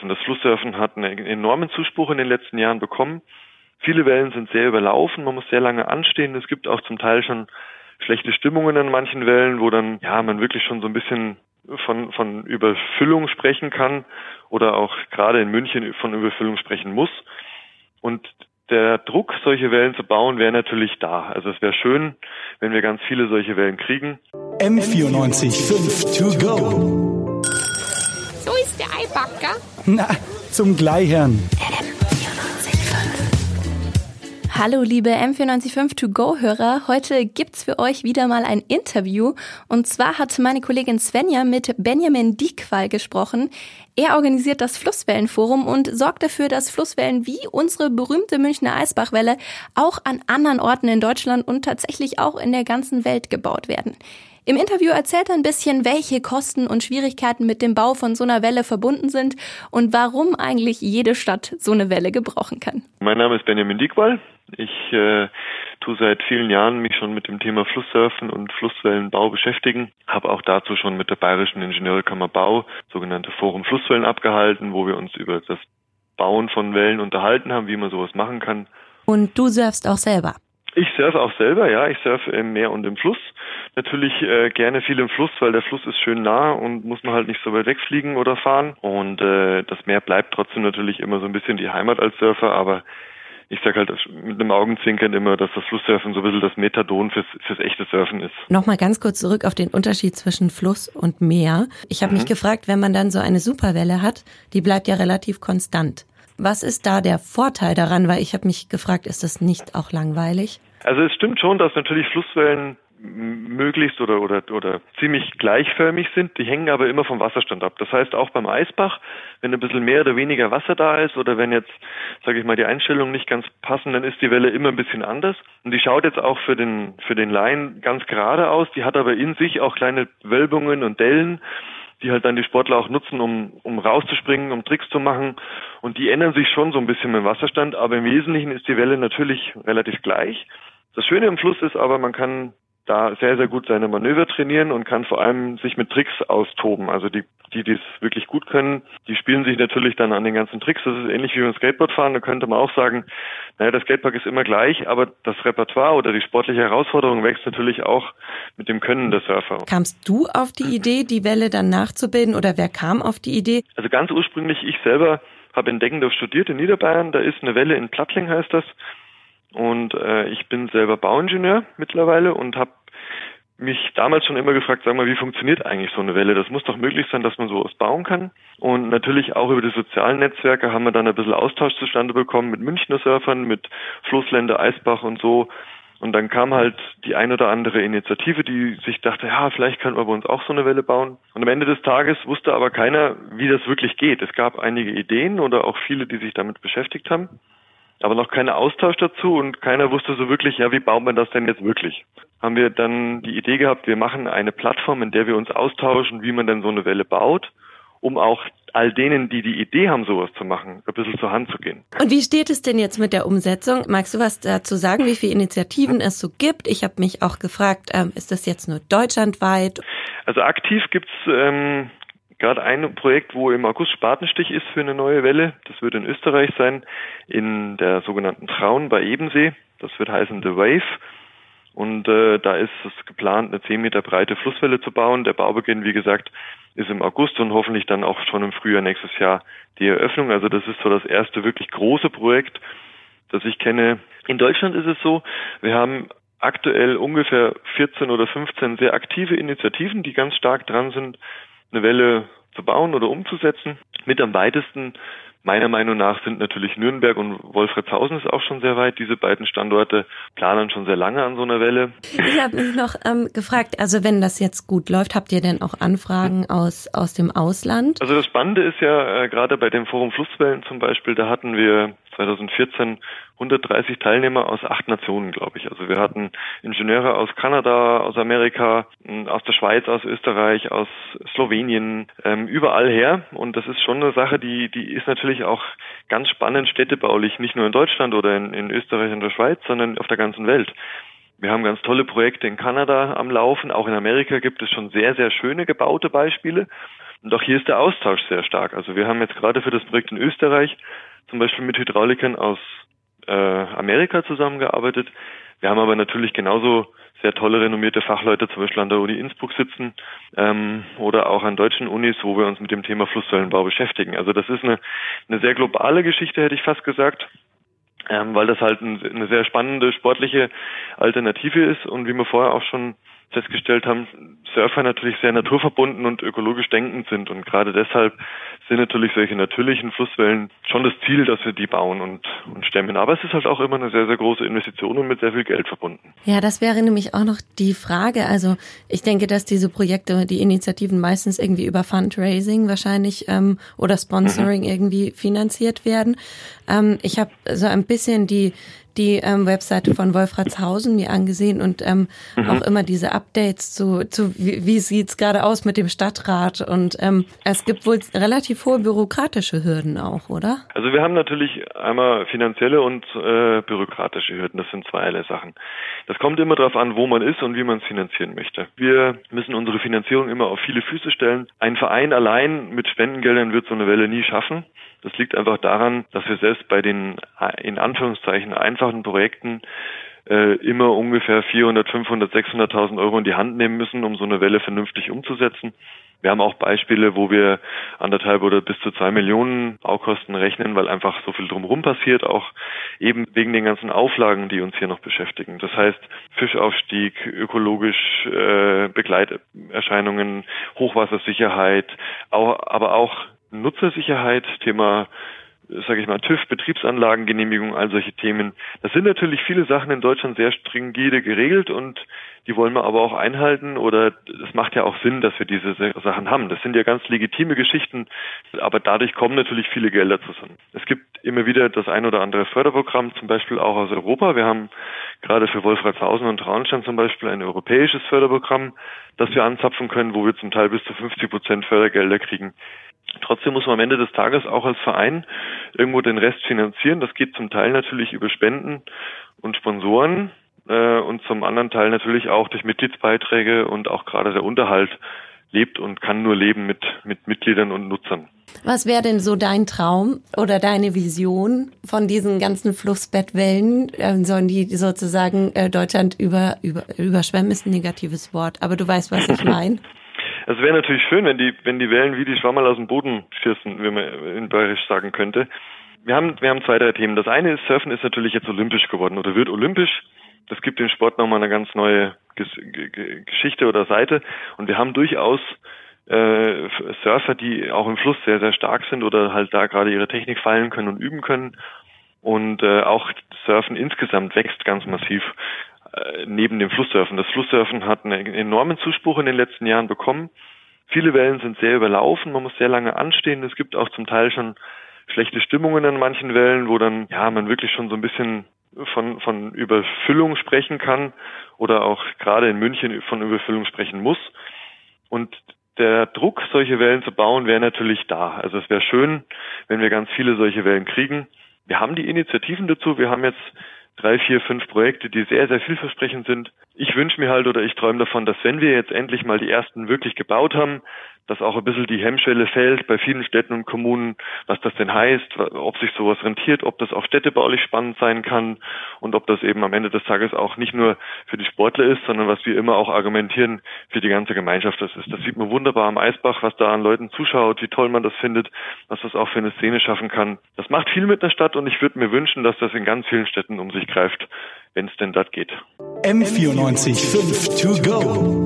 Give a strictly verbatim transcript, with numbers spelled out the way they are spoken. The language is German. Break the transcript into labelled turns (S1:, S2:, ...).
S1: Flusssurfen. Das Flusssurfen hat einen enormen Zuspruch in den letzten Jahren bekommen. Viele Wellen sind sehr überlaufen, man muss sehr lange anstehen. Es gibt auch zum Teil schon schlechte Stimmungen an manchen Wellen, wo dann ja man wirklich schon so ein bisschen von von Überfüllung sprechen kann oder auch gerade in München von Überfüllung sprechen muss. Und der Druck, solche Wellen zu bauen, wäre natürlich da. Also es wäre schön, wenn wir ganz viele solche Wellen kriegen.
S2: M vierundneunzig Komma fünf to go.
S3: So ist der Eibacker.
S2: Na, zum Gleichern.
S4: Hallo liebe M vierundneunzig Komma fünf to go Hörer, heute gibt's für euch wieder mal ein Interview und zwar hat meine Kollegin Svenja mit Benjamin Diekwall gesprochen. Er organisiert das Flusswellenforum und sorgt dafür, dass Flusswellen wie unsere berühmte Münchner Eisbachwelle auch an anderen Orten in Deutschland und tatsächlich auch in der ganzen Welt gebaut werden. Im Interview erzählt er ein bisschen, welche Kosten und Schwierigkeiten mit dem Bau von so einer Welle verbunden sind und warum eigentlich jede Stadt so eine Welle gebrauchen kann.
S1: Mein Name ist Benjamin Diekwall. Ich äh, tue seit vielen Jahren mich schon mit dem Thema Flusssurfen und Flusswellenbau beschäftigen. Habe auch dazu schon mit der Bayerischen Ingenieurkammer Bau sogenannte Forum Flusswellen abgehalten, wo wir uns über das Bauen von Wellen unterhalten haben, wie man sowas machen kann.
S4: Und du surfst auch selber?
S1: Ich surfe auch selber, ja. Ich surfe im Meer und im Fluss. Natürlich äh, gerne viel im Fluss, weil der Fluss ist schön nah und muss man halt nicht so weit wegfliegen oder fahren. Und äh, das Meer bleibt trotzdem natürlich immer so ein bisschen die Heimat als Surfer, aber ich sage halt mit einem Augenzwinkern immer, dass das Flusssurfen so ein bisschen das Methadon fürs, fürs echte Surfen ist.
S5: Nochmal ganz kurz zurück auf den Unterschied zwischen Fluss und Meer. Ich habe mhm. mich gefragt, wenn man dann so eine Superwelle hat, die bleibt ja relativ konstant. Was ist da der Vorteil daran? Weil ich habe mich gefragt, ist das nicht auch langweilig?
S1: Also es stimmt schon, dass natürlich Flusswellen möglichst oder oder oder ziemlich gleichförmig sind, die hängen aber immer vom Wasserstand ab. Das heißt auch beim Eisbach, wenn ein bisschen mehr oder weniger Wasser da ist oder wenn jetzt, sage ich mal, die Einstellungen nicht ganz passen, dann ist die Welle immer ein bisschen anders. Und die schaut jetzt auch für den für den Laien ganz gerade aus, die hat aber in sich auch kleine Wölbungen und Dellen, die halt dann die Sportler auch nutzen, um um rauszuspringen, um Tricks zu machen. Und die ändern sich schon so ein bisschen mit dem Wasserstand, aber im Wesentlichen ist die Welle natürlich relativ gleich. Das Schöne im Fluss ist aber, man kann da sehr, sehr gut seine Manöver trainieren und kann vor allem sich mit Tricks austoben. Also die, die die es wirklich gut können, die spielen sich natürlich dann an den ganzen Tricks. Das ist ähnlich wie beim Skateboardfahren. Da könnte man auch sagen, naja, der Skatepark ist immer gleich, aber das Repertoire oder die sportliche Herausforderung wächst natürlich auch mit dem Können der Surfer.
S5: Kamst du auf die Idee, die Welle dann nachzubilden oder wer kam auf die Idee?
S1: Also ganz ursprünglich, ich selber habe in Deggendorf studiert, in Niederbayern. Da ist eine Welle in Plattling, heißt das. Und äh, ich bin selber Bauingenieur mittlerweile und habe mich damals schon immer gefragt, sag mal, wie funktioniert eigentlich so eine Welle? Das muss doch möglich sein, dass man sowas bauen kann. Und natürlich auch über die sozialen Netzwerke haben wir dann ein bisschen Austausch zustande bekommen mit Münchner Surfern, mit Flussländer, Eisbach und so. Und dann kam halt die ein oder andere Initiative, die sich dachte, ja, vielleicht könnten wir bei uns auch so eine Welle bauen. Und am Ende des Tages wusste aber keiner, wie das wirklich geht. Es gab einige Ideen oder auch viele, die sich damit beschäftigt haben, aber noch kein Austausch dazu und keiner wusste so wirklich, ja, wie baut man das denn jetzt wirklich? Haben wir dann die Idee gehabt, wir machen eine Plattform, in der wir uns austauschen, wie man denn so eine Welle baut, um auch all denen, die die Idee haben, sowas zu machen, ein bisschen zur Hand zu gehen.
S5: Und wie steht es denn jetzt mit der Umsetzung? Magst du was dazu sagen, wie viele Initiativen es so gibt? Ich habe mich auch gefragt, ähm, ist das jetzt nur deutschlandweit?
S1: Also aktiv gibt's ähm, gerade ein Projekt, wo im August Spatenstich ist für eine neue Welle. Das wird in Österreich sein, in der sogenannten Traun bei Ebensee. Das wird heißen The Wave. Und äh, da ist es geplant, eine zehn Meter breite Flusswelle zu bauen. Der Baubeginn, wie gesagt, ist im August und hoffentlich dann auch schon im Frühjahr nächstes Jahr die Eröffnung. Also das ist so das erste wirklich große Projekt, das ich kenne. In Deutschland ist es so, wir haben aktuell ungefähr vierzehn oder fünfzehn sehr aktive Initiativen, die ganz stark dran sind, eine Welle zu bauen oder umzusetzen. Mit am weitesten, meiner Meinung nach, sind natürlich Nürnberg und Wolfratshausen ist auch schon sehr weit. Diese beiden Standorte planen schon sehr lange an so einer Welle.
S5: Ich habe mich noch ähm, gefragt, also wenn das jetzt gut läuft, habt ihr denn auch Anfragen aus aus dem Ausland?
S1: Also das Spannende ist ja, äh, gerade bei dem Forum Flusswellen zum Beispiel, da hatten wir zwanzig vierzehn hundertdreißig Teilnehmer aus acht Nationen, glaube ich. Also wir hatten Ingenieure aus Kanada, aus Amerika, aus der Schweiz, aus Österreich, aus Slowenien, ähm, überall her. Und das ist schon eine Sache, die die ist natürlich auch ganz spannend städtebaulich, nicht nur in Deutschland oder in, in Österreich und der Schweiz, sondern auf der ganzen Welt. Wir haben ganz tolle Projekte in Kanada am Laufen. Auch in Amerika gibt es schon sehr, sehr schöne gebaute Beispiele. Und auch hier ist der Austausch sehr stark. Also wir haben jetzt gerade für das Projekt in Österreich zum Beispiel mit Hydraulikern aus äh, Amerika zusammengearbeitet. Wir haben aber natürlich genauso sehr tolle, renommierte Fachleute, zum Beispiel an der Uni Innsbruck sitzen ähm, oder auch an deutschen Unis, wo wir uns mit dem Thema Flusssäulenbau beschäftigen. Also das ist eine, eine sehr globale Geschichte, hätte ich fast gesagt, ähm, weil das halt ein, eine sehr spannende sportliche Alternative ist und wie wir vorher auch schon festgestellt haben, Surfer natürlich sehr naturverbunden und ökologisch denkend sind und gerade deshalb sind natürlich solche natürlichen Flusswellen schon das Ziel, dass wir die bauen und, und stemmen. Aber es ist halt auch immer eine sehr, sehr große Investition und mit sehr viel Geld verbunden.
S5: Ja, das wäre nämlich auch noch die Frage. Also ich denke, dass diese Projekte, die Initiativen meistens irgendwie über Fundraising wahrscheinlich ähm, oder Sponsoring mhm. irgendwie finanziert werden. Ähm, ich habe so ein bisschen die die ähm, Webseite von Wolfratshausen mir angesehen und ähm, mhm. auch immer diese Updates zu, zu wie, wie sieht's gerade aus mit dem Stadtrat und ähm, es gibt wohl relativ hohe bürokratische Hürden auch, oder?
S1: Also wir haben natürlich einmal finanzielle und äh, bürokratische Hürden, das sind zweierlei Sachen. Das kommt immer darauf an, wo man ist und wie man es finanzieren möchte. Wir müssen unsere Finanzierung immer auf viele Füße stellen. Ein Verein allein mit Spendengeldern wird so eine Welle nie schaffen. Das liegt einfach daran, dass wir selbst bei den in Anführungszeichen einfachen Projekten äh, immer ungefähr vierhundert, fünfhundert, sechshunderttausend Euro in die Hand nehmen müssen, um so eine Welle vernünftig umzusetzen. Wir haben auch Beispiele, wo wir anderthalb oder bis zu zwei Millionen Baukosten rechnen, weil einfach so viel drumherum passiert, auch eben wegen den ganzen Auflagen, die uns hier noch beschäftigen. Das heißt Fischaufstieg, ökologisch äh, Begleiterscheinungen, Hochwassersicherheit, auch, aber auch Nutzersicherheit, Thema, sage ich mal, TÜV, Betriebsanlagengenehmigung, all solche Themen. Das sind natürlich viele Sachen in Deutschland sehr stringide geregelt und die wollen wir aber auch einhalten oder es macht ja auch Sinn, dass wir diese Sachen haben. Das sind ja ganz legitime Geschichten, aber dadurch kommen natürlich viele Gelder zusammen. Es gibt immer wieder das ein oder andere Förderprogramm, zum Beispiel auch aus Europa. Wir haben gerade für Wolfratshausen und Traunstein zum Beispiel ein europäisches Förderprogramm, das wir anzapfen können, wo wir zum Teil bis zu fünfzig Prozent Fördergelder kriegen. Trotzdem muss man am Ende des Tages auch als Verein irgendwo den Rest finanzieren. Das geht zum Teil natürlich über Spenden und Sponsoren äh, und zum anderen Teil natürlich auch durch Mitgliedsbeiträge und auch gerade der Unterhalt lebt und kann nur leben mit, mit Mitgliedern und Nutzern.
S5: Was wäre denn so dein Traum oder deine Vision von diesen ganzen Flussbettwellen? Ähm, sollen die sozusagen äh, Deutschland über, über, überschwemmen, ist ein negatives Wort, aber du weißt, was ich meine.
S1: Es wäre natürlich schön, wenn die, wenn die Wellen wie die Schwammerl aus dem Boden schießen, wie man in Bayerisch sagen könnte. Wir haben, wir haben zwei, drei Themen. Das eine ist, Surfen ist natürlich jetzt olympisch geworden oder wird olympisch. Das gibt dem Sport nochmal eine ganz neue Geschichte oder Seite. Und wir haben durchaus äh, Surfer, die auch im Fluss sehr, sehr stark sind oder halt da gerade ihre Technik fallen können und üben können. Und äh, auch Surfen insgesamt wächst ganz massiv. Neben dem Flusssurfen. Das Flusssurfen hat einen enormen Zuspruch in den letzten Jahren bekommen. Viele Wellen sind sehr überlaufen, man muss sehr lange anstehen. Es gibt auch zum Teil schon schlechte Stimmungen an manchen Wellen, wo dann ja man wirklich schon so ein bisschen von von Überfüllung sprechen kann oder auch gerade in München von Überfüllung sprechen muss. Und der Druck, solche Wellen zu bauen, wäre natürlich da. Also es wäre schön, wenn wir ganz viele solche Wellen kriegen. Wir haben die Initiativen dazu. Wir haben jetzt drei, vier, fünf Projekte, die sehr, sehr vielversprechend sind. Ich wünsche mir halt oder ich träume davon, dass wenn wir jetzt endlich mal die ersten wirklich gebaut haben, dass auch ein bisschen die Hemmschwelle fällt bei vielen Städten und Kommunen, was das denn heißt, ob sich sowas rentiert, ob das auch städtebaulich spannend sein kann und ob das eben am Ende des Tages auch nicht nur für die Sportler ist, sondern was wir immer auch argumentieren, für die ganze Gemeinschaft das ist. Das sieht man wunderbar am Eisbach, was da an Leuten zuschaut, wie toll man das findet, was das auch für eine Szene schaffen kann. Das macht viel mit einer Stadt und ich würde mir wünschen, dass das in ganz vielen Städten um sich greift, wenn es denn das geht.
S2: M vierundneunzig Komma fünf to go.